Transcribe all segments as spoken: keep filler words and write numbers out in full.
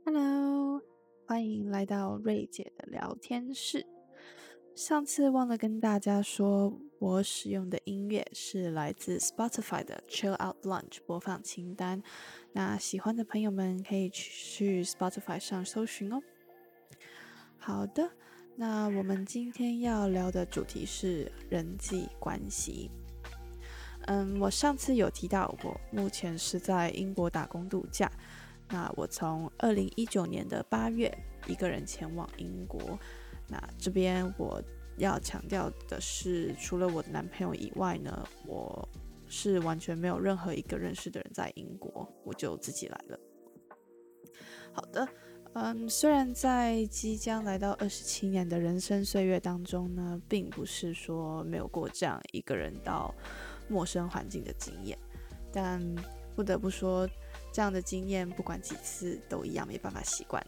Hello，欢迎来到瑞姐的聊天室。上次忘了跟大家说，我使用的音乐是来自 Spotify 的 Chill Out Lounge 播放清单。那喜欢的朋友们可以去 Spotify 上搜寻哦。好的，那我们今天要聊的主题是人际关系。嗯，我上次有提到，我目前是在英国打工度假。那我从二零一九年的八月一个人前往英国。那这边我要强调的是，除了我的男朋友以外呢，我是完全没有任何一个认识的人在英国，我就自己来了。好的，嗯，虽然在即将来到二十七年的人生岁月当中呢，并不是说没有过这样一个人到陌生环境的经验，但不得不说，这样的经验不管几次都一样没办法习惯。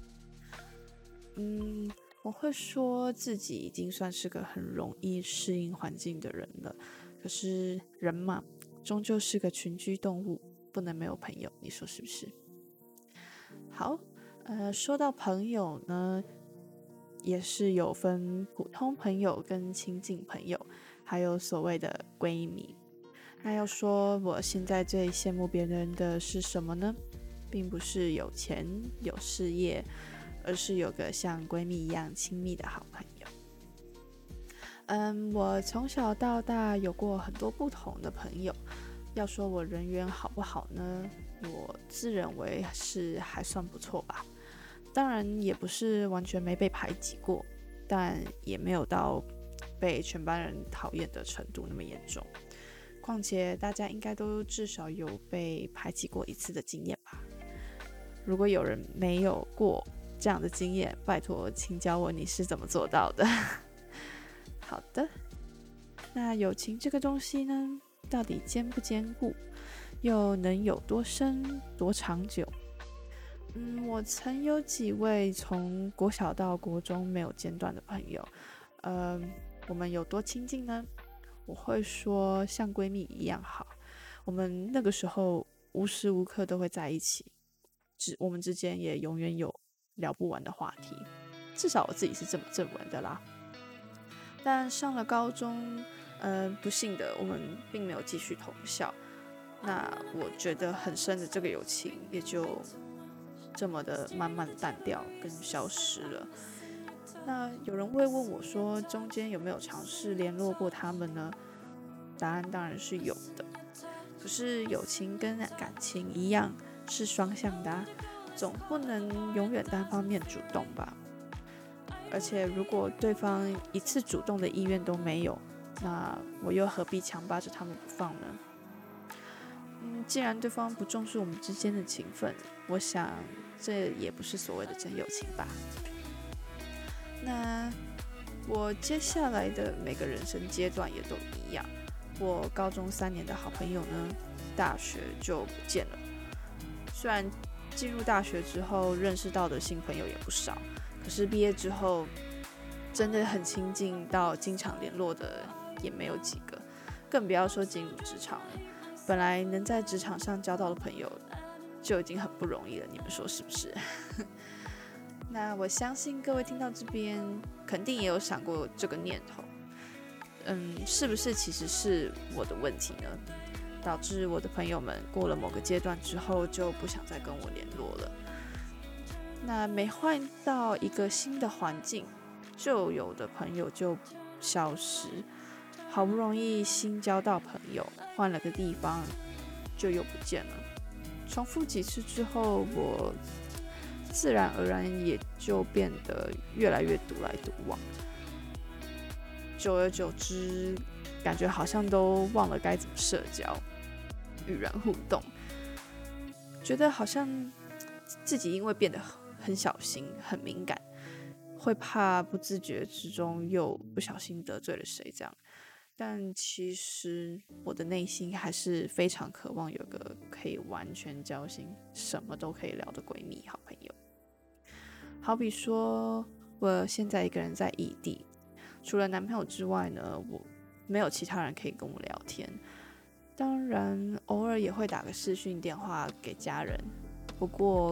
嗯，我会说自己已经算是个很容易适应环境的人了，可是人嘛，终究是个群居动物，不能没有朋友，你说是不是？好，呃，说到朋友呢，也是有分普通朋友跟亲近朋友，还有所谓的闺蜜。那要说我现在最羡慕别人的是什么呢？并不是有钱有事业，而是有个像闺蜜一样亲密的好朋友。嗯，我从小到大有过很多不同的朋友。要说我人缘好不好呢？我自认为是还算不错吧。当然也不是完全没被排挤过，但也没有到被全班人讨厌的程度那么严重。况且大家应该都至少有被排挤过一次的经验吧。如果有人没有过这样的经验，拜托请教我你是怎么做到的。好的，那友情这个东西呢，到底坚不坚固，又能有多深多长久？嗯，我曾有几位从国小到国中没有间断的朋友，呃，我们有多亲近呢？我会说像闺蜜一样好，我们那个时候无时无刻都会在一起，之我们之间也永远有聊不完的话题，至少我自己是这么认为的啦。但上了高中，呃，不幸的我们并没有继续同校，那我觉得很深的这个友情也就这么的慢慢淡掉跟消失了。那有人会问我说，中间有没有尝试联络过他们呢？答案当然是有的。可是友情跟感情一样是双向的啊，总不能永远单方面主动吧。而且如果对方一次主动的意愿都没有，那我又何必强扒着他们不放呢？嗯，既然对方不重视我们之间的情分，我想这也不是所谓的真友情吧。那我接下来的每个人生阶段也都一样。我高中三年的好朋友呢，大学就不见了。虽然进入大学之后认识到的新朋友也不少，可是毕业之后真的很亲近到经常联络的也没有几个，更不要说进入职场了。本来能在职场上交到的朋友就已经很不容易了，你们说是不是？那我相信各位听到这边，肯定也有想过这个念头。嗯，是不是其实是我的问题呢？导致我的朋友们过了某个阶段之后就不想再跟我联络了。那每换到一个新的环境，旧有的朋友就消失。好不容易新交到朋友，换了个地方就又不见了。重复几次之后，我自然而然也就变得越来越独来独往。久而久之，感觉好像都忘了该怎么社交、与人互动，觉得好像自己因为变得很小心、很敏感，会怕不自觉之中又不小心得罪了谁这样。但其实我的内心还是非常渴望有个可以完全交心、什么都可以聊的闺蜜、好朋友。好比说，我现在一个人在异地，除了男朋友之外呢，我没有其他人可以跟我聊天。当然，偶尔也会打个视讯电话给家人，不过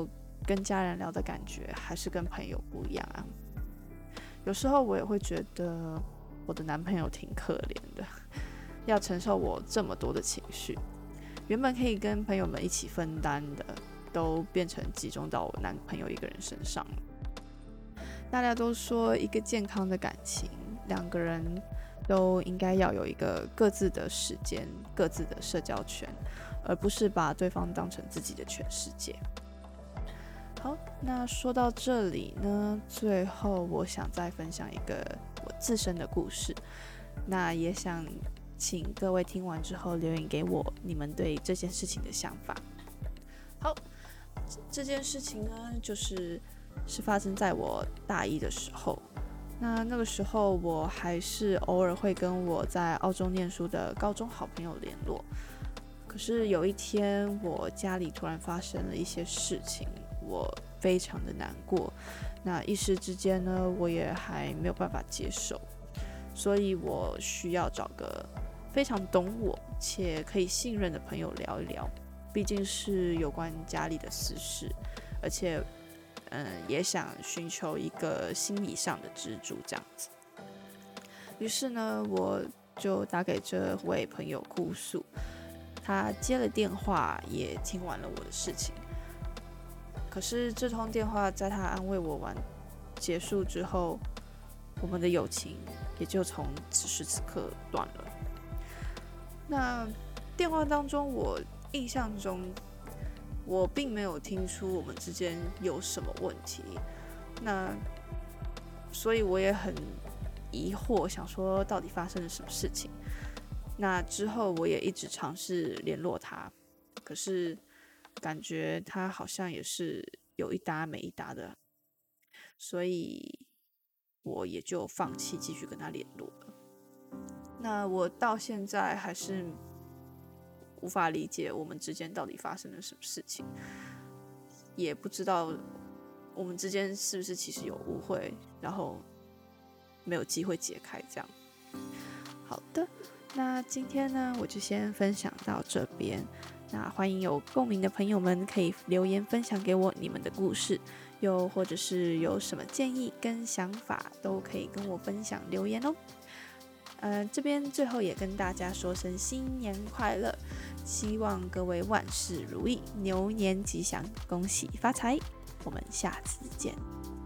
跟家人聊的感觉还是跟朋友不一样啊。有时候我也会觉得我的男朋友挺可怜的，要承受我这么多的情绪，原本可以跟朋友们一起分担的，都变成集中到我男朋友一个人身上了。大家都说一个健康的感情，两个人都应该要有一个各自的时间、各自的社交圈，而不是把对方当成自己的全世界。好，那说到这里呢，最后我想再分享一个我自身的故事，那也想请各位听完之后留言给我你们对这件事情的想法。好，这件事情呢，就是是发生在我大一的时候。那那个时候我还是偶尔会跟我在澳洲念书的高中好朋友联络。可是有一天，我家里突然发生了一些事情，我非常的难过。那一时之间呢，我也还没有办法接受，所以我需要找个非常懂我且可以信任的朋友聊一聊，毕竟是有关家里的私事，而且嗯，也想寻求一个心理上的支柱这样子。于是呢，我就打给这位朋友哭诉，他接了电话，也听完了我的事情。可是这通电话在他安慰我完结束之后，我们的友情也就从此时此刻断了。那电话当中，我印象中我并没有听出我们之间有什么问题，那所以我也很疑惑，想说到底发生了什么事情。那之后我也一直尝试联络他，可是感觉他好像也是有一搭没一搭的，所以我也就放弃继续跟他联络了。那我到现在还是无法理解我们之间到底发生了什么事情，也不知道我们之间是不是其实有误会，然后没有机会解开这样。好的，那今天呢，我就先分享到这边。那欢迎有共鸣的朋友们可以留言分享给我你们的故事，又或者是有什么建议跟想法，都可以跟我分享留言哦。呃，这边最后也跟大家说声新年快乐，希望各位万事如意，牛年吉祥，恭喜发财。我们下次见。